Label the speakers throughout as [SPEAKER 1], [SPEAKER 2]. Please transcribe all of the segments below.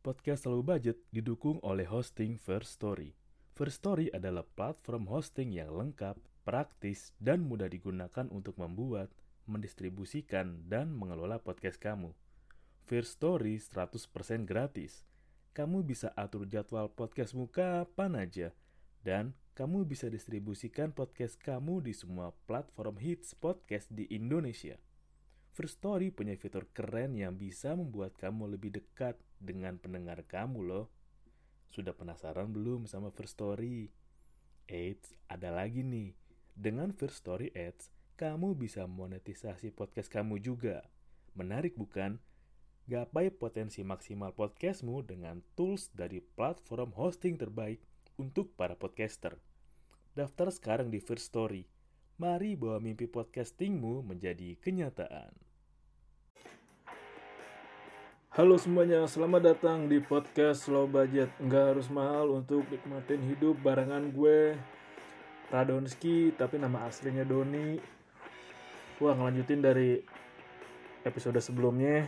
[SPEAKER 1] Podcast Selalu Budget didukung oleh hosting First Story. First Story adalah platform hosting yang lengkap, praktis, dan mudah digunakan untuk membuat, mendistribusikan, dan mengelola podcast kamu. First Story 100% gratis. Kamu bisa atur jadwal podcastmu kapan aja, dan kamu bisa distribusikan podcast kamu di semua platform hits podcast di Indonesia. First Story punya fitur keren yang bisa membuat kamu lebih dekat dengan pendengar kamu loh. Sudah penasaran belum sama First Story? Eits, ada lagi nih. Dengan First Story Ads, kamu bisa monetisasi podcast kamu juga. Menarik bukan? Gapai potensi maksimal podcastmu dengan tools dari platform hosting terbaik untuk para podcaster. Daftar sekarang di First Story. Mari bawa mimpi podcastingmu menjadi kenyataan. Halo semuanya, selamat datang di podcast Slow Budget. Nggak harus mahal untuk nikmatin hidup barengan gue, Radonski, tapi nama aslinya Doni. Wah, ngelanjutin dari episode sebelumnya.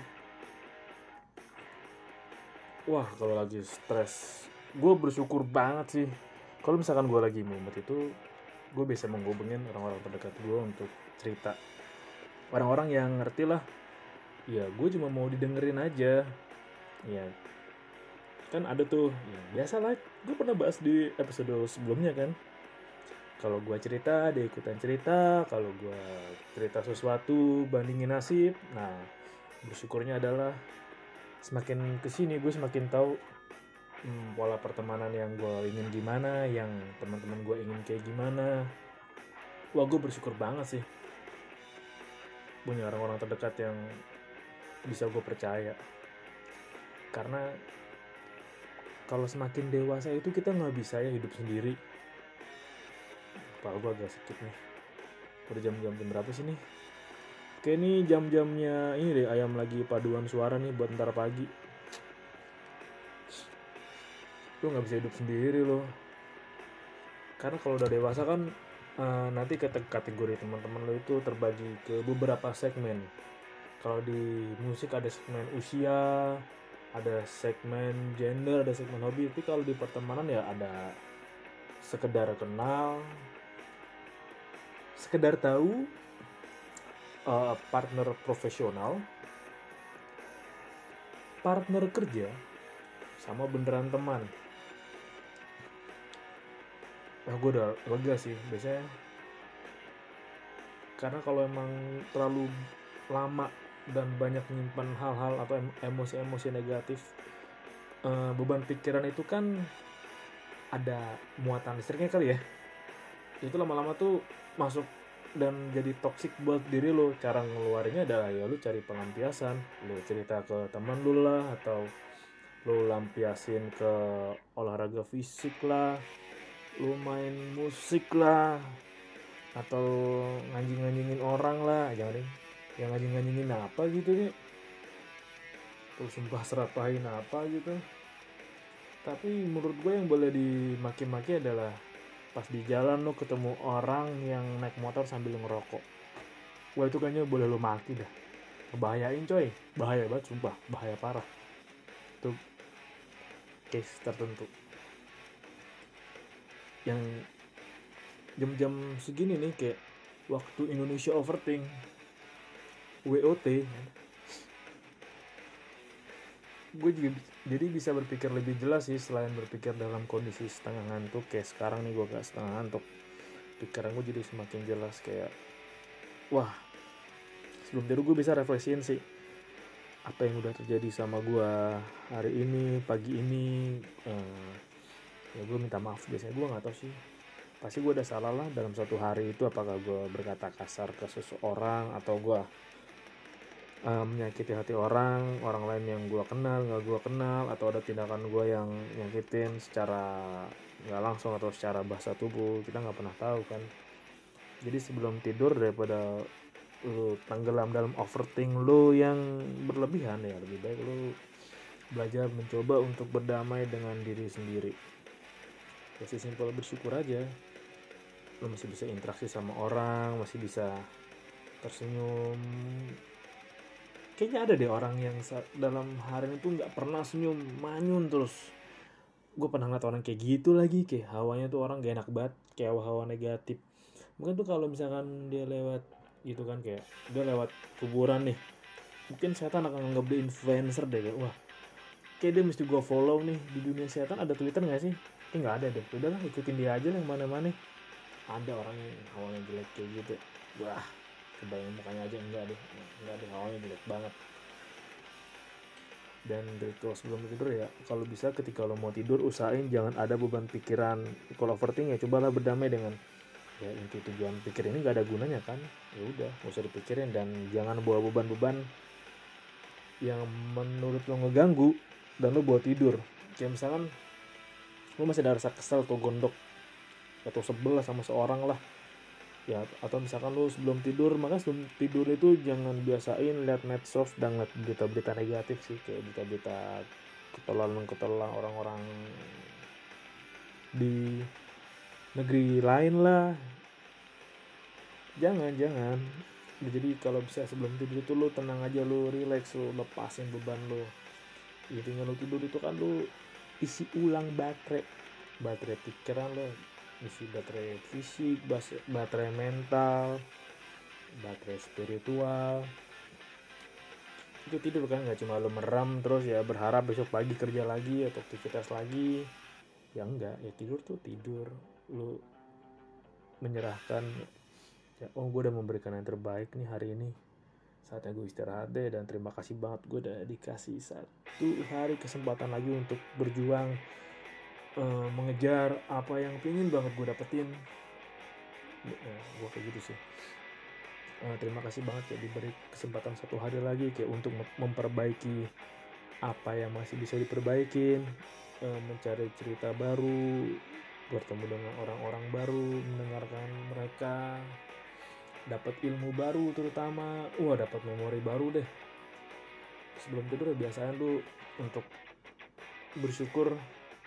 [SPEAKER 1] Wah, kalau lagi stres, gue bersyukur banget sih. Kalau misalkan gue lagi mumet itu, gue bisa menghubungin orang-orang terdekat gue untuk cerita. Orang-orang yang ngerti lah. Ya, gue cuma mau didengerin aja. Ya, kan ada tuh, ya biasa lah. Gue pernah bahas di episode sebelumnya kan. Kalau gue cerita, dia ikutan cerita. Kalau gue cerita sesuatu, bandingin nasib. Nah, bersyukurnya adalah semakin kesini gue semakin tahu pola pertemanan yang gue ingin gimana, yang teman-teman gue ingin kayak gimana. Wah, gue bersyukur banget sih punya orang-orang terdekat yang bisa gue percaya. Karena kalau semakin dewasa itu kita nggak bisa ya hidup sendiri. Kepala gue agak sakit nih. Udah jam-jam berapa sih nih? Kayak ini jam-jamnya ini deh, ayam lagi paduan suara nih buat ntar pagi. Lu nggak bisa hidup sendiri loh. Karena kalau udah dewasa kan nanti kategori teman-teman lo itu terbagi ke beberapa segmen. Kalau di musik ada segmen usia, ada segmen gender, ada segmen hobi. Tapi kalau di pertemanan ya ada sekedar kenal, sekedar tahu, partner profesional, partner kerja, sama beneran teman. Nah, gue udah lega sih biasanya. Karena kalau emang terlalu lama dan banyak menyimpan hal-hal atau emosi-emosi negatif, beban pikiran itu kan ada muatan listriknya kali ya. Itu lama-lama tuh masuk dan jadi toksik buat diri lo. Cara ngeluarinnya adalah ya lo cari pelampiasan. Lo cerita ke teman lo lah, atau lo lampiasin ke olahraga fisik lah, lo main musik lah, atau nganjing-nganjingin orang lah. Jangan deh, yang nganjing-nganjingin apa gitu nih, tuh sumpah serapahin apa gitu. Tapi menurut gue yang boleh dimaki-maki adalah pas di jalan lo ketemu orang yang naik motor sambil ngerokok. Wah, itu kayaknya boleh lo maki dah. Ngebahayain coy, bahaya banget sumpah, bahaya parah. Itu case tertentu. Yang jam-jam segini nih kayak waktu Indonesia Overthink, WOT, gue juga jadi bisa berpikir lebih jelas sih. Selain berpikir dalam kondisi setengah ngantuk kayak sekarang nih, gue gak setengah ngantuk, pikiran gue jadi semakin jelas. Kayak wah, sebelum tidur gue bisa refleksiin sih apa yang udah terjadi sama gue hari ini, pagi ini. Ya gue minta maaf, biasanya gue gak tahu sih, pasti gue ada salah lah dalam satu hari itu. Apakah gue berkata kasar ke seseorang, atau gue menyakiti hati orang lain yang gue kenal, gak gue kenal, atau ada tindakan gue yang nyakitin secara gak langsung atau secara bahasa tubuh. Kita gak pernah tahu kan. Jadi sebelum tidur, daripada lu tenggelam dalam overthink lu yang berlebihan, ya lebih baik lu belajar mencoba untuk berdamai dengan diri sendiri. Ya sesimpel bersyukur aja. Lu masih bisa interaksi sama orang, masih bisa tersenyum,
[SPEAKER 2] kayaknya ada deh orang yang dalam hari itu nggak pernah senyum, manyun terus. Gue pernah ngeliat orang kayak gitu lagi, kayak hawanya tuh orang gak enak banget, kayak hawa negatif. Mungkin tuh kalau misalkan dia lewat gitu kan, kayak dia lewat kuburan nih, mungkin setan akan nganggap dia influencer deh, kayak wah kayak dia mesti gue follow nih. Di dunia setan ada Twitter nggak sih? Kayak nggak ada deh. Udahlah ikutin dia aja lah yang mana-mana. Ada orang yang awalnya jelek kayak gitu, wah kebayang mukanya aja enggak deh, awalnya jelek banget. Dan ritual sebelum tidur ya, kalau bisa ketika lo mau tidur usahain jangan ada beban pikiran. Kalau overthinking ya cobalah berdamai dengan ya inti tujuan pikir ini nggak ada gunanya kan, ya udah nggak usah dipikirin. Dan jangan bawa beban-beban yang menurut lo ngeganggu dan lo bawa tidur. Kayak misalkan lo masih ada rasa kesel atau gondok atau sebel sama seorang lah ya, atau misalkan lu sebelum tidur, maka sebelum tidur itu jangan biasain lihat medsos dan lihat berita-berita negatif sih, kayak berita-berita ketelan orang-orang di negeri lain lah. Jangan. Jadi kalau bisa sebelum tidur itu lu tenang aja, lu relax, lu lepasin beban lu. Intinya lu tidur itu kan lu isi ulang baterai pikiran lo, isi baterai fisik, baterai mental, baterai spiritual. Itu tidur kan nggak cuma lo meram terus ya berharap besok pagi kerja lagi atau aktivitas lagi. Ya enggak, ya tidur tuh tidur. Lo menyerahkan ya, oh gue udah memberikan yang terbaik nih hari ini, saatnya gue istirahat deh, dan terima kasih banget gue udah dikasih 1 hari kesempatan lagi untuk berjuang, mengejar apa yang pengen banget gue dapetin. Gue kayak gitu sih. Terima kasih banget ya diberi kesempatan 1 hari lagi kayak untuk memperbaiki apa yang masih bisa diperbaikin, mencari cerita baru, bertemu dengan orang-orang baru, mendengarkan mereka, dapat ilmu baru, terutama dapat memori baru deh. Sebelum tidur ya biasanya tuh untuk bersyukur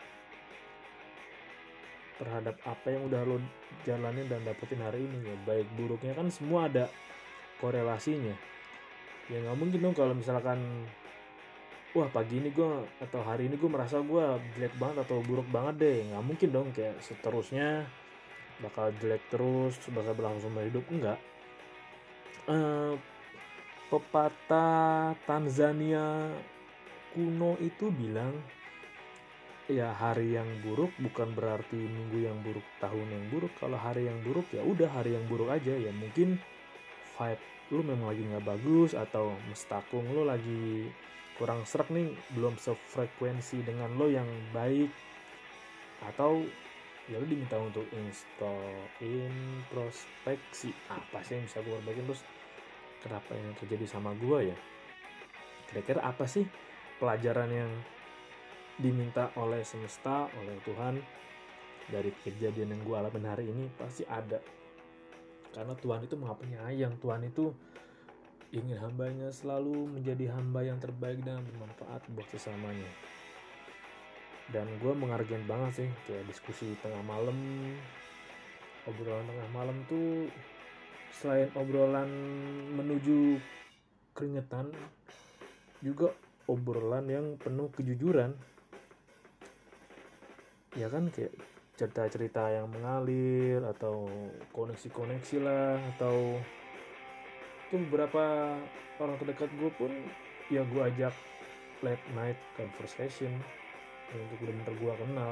[SPEAKER 2] terhadap apa yang udah lo jalanin dan dapetin hari ini ya. Baik buruknya kan semua ada korelasinya. Ya nggak mungkin dong kalau misalkan wah pagi ini gue atau hari ini gue merasa gue jelek banget atau buruk banget deh. Nggak mungkin dong kayak seterusnya bakal jelek terus, bakal berlangsung seumur hidup. Enggak. Pepatah Tanzania kuno itu bilang ya hari yang buruk bukan berarti minggu yang buruk, tahun yang buruk. Kalau hari yang buruk ya udah hari yang buruk aja. Ya mungkin vibe lu memang lagi nggak bagus, atau mestakung lu lagi kurang serak nih, belum sefrekuensi dengan lo yang baik, atau ya lu diminta untuk introspeksi apa sih yang bisa gue perbaikin, terus kenapa ini terjadi sama gue ya, kira-kira apa sih pelajaran yang diminta oleh semesta, oleh Tuhan dari kejadian yang gue alamin hari ini. Pasti ada, karena Tuhan itu maha penyayang. Tuhan itu ingin hambanya selalu menjadi hamba yang terbaik dan bermanfaat buat sesamanya. Dan gue menghargai banget sih kayak diskusi tengah malam, obrolan tengah malam tuh selain obrolan menuju keringetan, juga obrolan yang penuh kejujuran. Ya kan, kayak cerita-cerita yang mengalir atau koneksi-koneksi lah, atau itu beberapa orang terdekat gue pun ya gue ajak late night conversation untuk bener-bener gue kenal.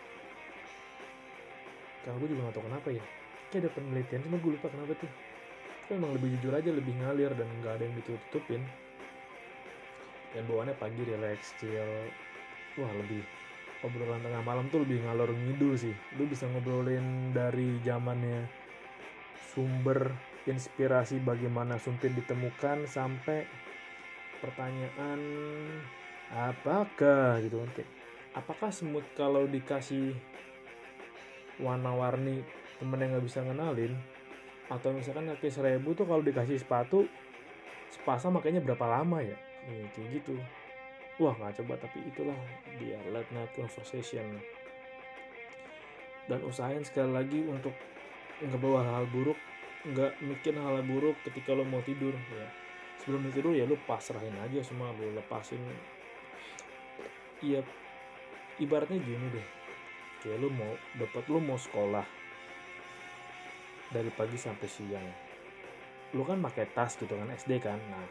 [SPEAKER 2] Kalau gue juga gak tau kenapa ya, kayak ada penelitian cuma gue lupa kenapa tuh. Tapi emang lebih jujur aja, lebih ngalir dan gak ada yang ditutup-tutupin. Dan bawaannya pagi relax, chill. Wah lebih, obrolan tengah malam tuh lebih ngalor ngidul sih. Lu bisa ngobrolin dari zamannya sumber inspirasi bagaimana sumpit ditemukan, sampai pertanyaan apakah gitu kan, kayak apakah semut kalau dikasih warna-warni temen yang nggak bisa ngenalin, atau misalkan kaki 1000 tuh kalau dikasih sepatu sepasang makanya berapa lama ya, kayak gitu. Wah nggak coba, tapi itulah dia late night conversation. Dan usahain sekali lagi untuk nggak bawa hal buruk, nggak mikir hal buruk ketika lo mau tidur ya. sebelum tidur ya lu pasrahin aja semua, lu lepasin. Iya, ibaratnya gini deh, kayak lu mau sekolah dari pagi sampai siang, lu kan pakai tas gitu kan, SD kan. Nah,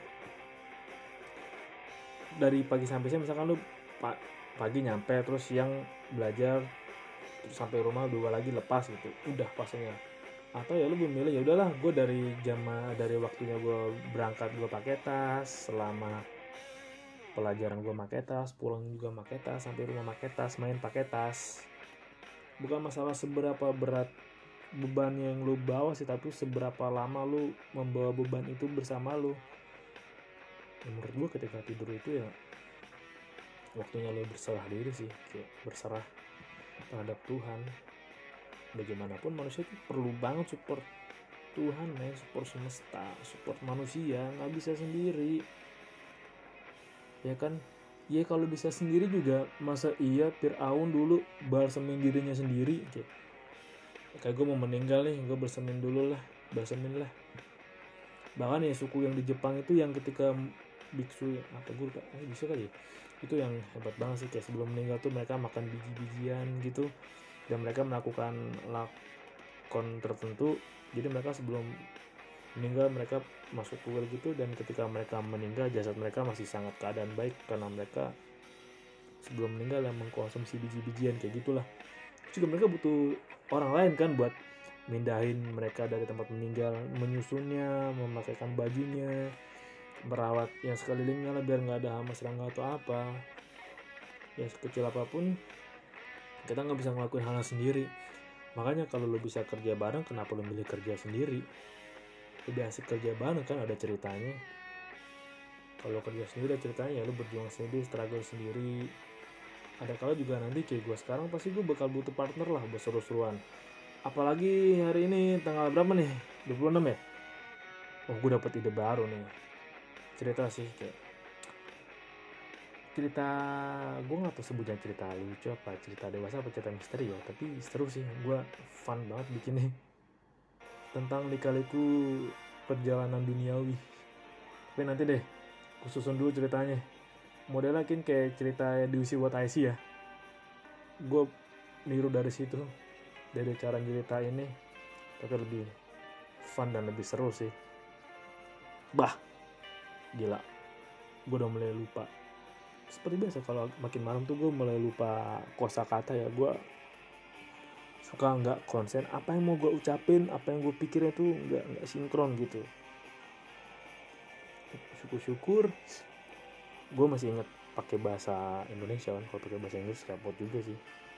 [SPEAKER 2] dari pagi sampai siang misalkan lu pagi nyampe, terus siang belajar, terus sampai rumah 2 lagi lepas gitu, udah pasnya. Atau ya lu memilih, ya udahlah gue dari waktunya gue berangkat gue pakai tas, selama pelajaran gue pakai tas, pulang juga pakai tas, sampai rumah pakai tas, main pakai tas. Bukan masalah seberapa berat beban yang lu bawa sih, tapi seberapa lama lu membawa beban itu bersama lu. Ya, menurut gue ketika tidur itu ya waktunya lu berserah diri sih, kayak berserah terhadap Tuhan. Bagaimanapun manusia itu perlu banget support Tuhan, support semesta, support manusia, nggak bisa sendiri, ya kan? Ya kalau bisa sendiri juga, masa iya Fir'aun dulu balsamin dirinya sendiri, kayak gue mau meninggal nih, gue balsamin lah. Bahkan ya suku yang di Jepang itu yang ketika biksu apa gue lupa, bisa kali ya, itu yang hebat banget sih, kayak sebelum meninggal tuh mereka makan biji-bijian gitu, dan mereka melakukan lakon tertentu. Jadi mereka sebelum meninggal mereka masuk kuil gitu, dan ketika mereka meninggal jasad mereka masih sangat keadaan baik, karena mereka sebelum meninggal yang mengkonsumsi biji-bijian kayak gitulah. Juga mereka butuh orang lain kan buat mindahin mereka dari tempat meninggal, menyusunnya, memakaikan bajunya, merawat yang sekelilingnya lah biar nggak ada hama serangga atau apa. Ya sekecil apapun kita nggak bisa ngelakuin hal sendiri. Makanya kalau lo bisa kerja bareng, kenapa lo milih kerja sendiri? Lebih asik kerja bareng kan, ada ceritanya. Kalau kerja sendiri ada ceritanya, ya lo berjuang sendiri, struggle sendiri. Ada kala juga nanti kayak gue sekarang, pasti gue bakal butuh partner lah buat seru-seruan. Apalagi hari ini tanggal berapa nih? 26 ya? Oh, gue dapet ide baru nih. Cerita sih, kayak cerita, gue gak tau sebutnya cerita lucu apa, cerita dewasa apa cerita misteri ya, tapi seru sih, gue fun banget bikinnya. Tentang lika-liku perjalanan duniawi. Tapi nanti deh, gue susun dulu ceritanya. Modelnya kan kayak cerita Do You See What I See ya. Gue niru dari situ, dari cara cerita ini, tapi lebih fun dan lebih seru sih. Bah, gila, gue udah mulai lupa. Seperti biasa kalau makin malam tuh gue mulai lupa kosakata ya. Gue suka nggak konsen, apa yang mau gue ucapin, apa yang gue pikirin tuh nggak sinkron gitu. Syukur-syukur gue masih inget pakai bahasa Indonesia kan. Kalau pakai bahasa Inggris repot juga sih.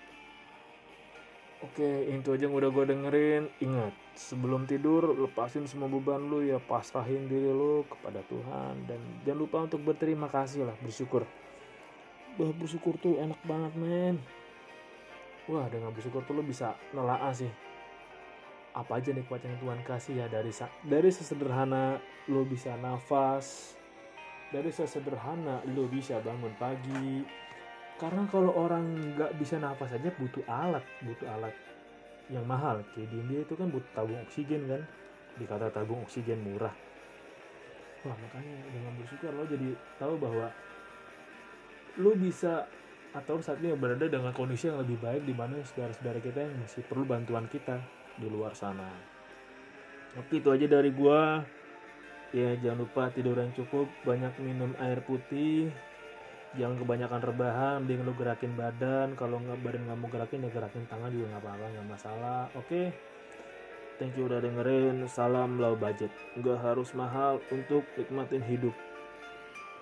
[SPEAKER 2] Oke, itu aja yang udah gue dengerin. Ingat, sebelum tidur lepasin semua beban lu ya, pasrahin diri lu kepada Tuhan, dan jangan lupa untuk berterima kasih lah, bersyukur. Bersyukur tuh enak banget men. Wah, dengan bersyukur tuh lu bisa nelaah sih apa aja nikmat yang Tuhan kasih ya. Dari sesederhana lu bisa nafas, dari sesederhana lu bisa bangun pagi. Karena kalau orang nggak bisa nafas aja butuh alat yang mahal. Kayak di India itu kan butuh tabung oksigen kan, dikata tabung oksigen murah. Wah, makanya dengan bersyukur lo jadi tahu bahwa lo bisa atau saat ini berada dengan kondisi yang lebih baik, di mana saudara-saudara kita yang masih perlu bantuan kita di luar sana. Oke, itu aja dari gua. Ya, jangan lupa tidur yang cukup, banyak minum air putih, jangan kebanyakan rebahan, mending lu gerakin badan. Kalau badan nggak mau gerakin ya gerakin tangan juga nggak apa-apa, nggak masalah. Oke, thank you udah dengerin. Salam low budget, nggak harus mahal untuk nikmatin hidup.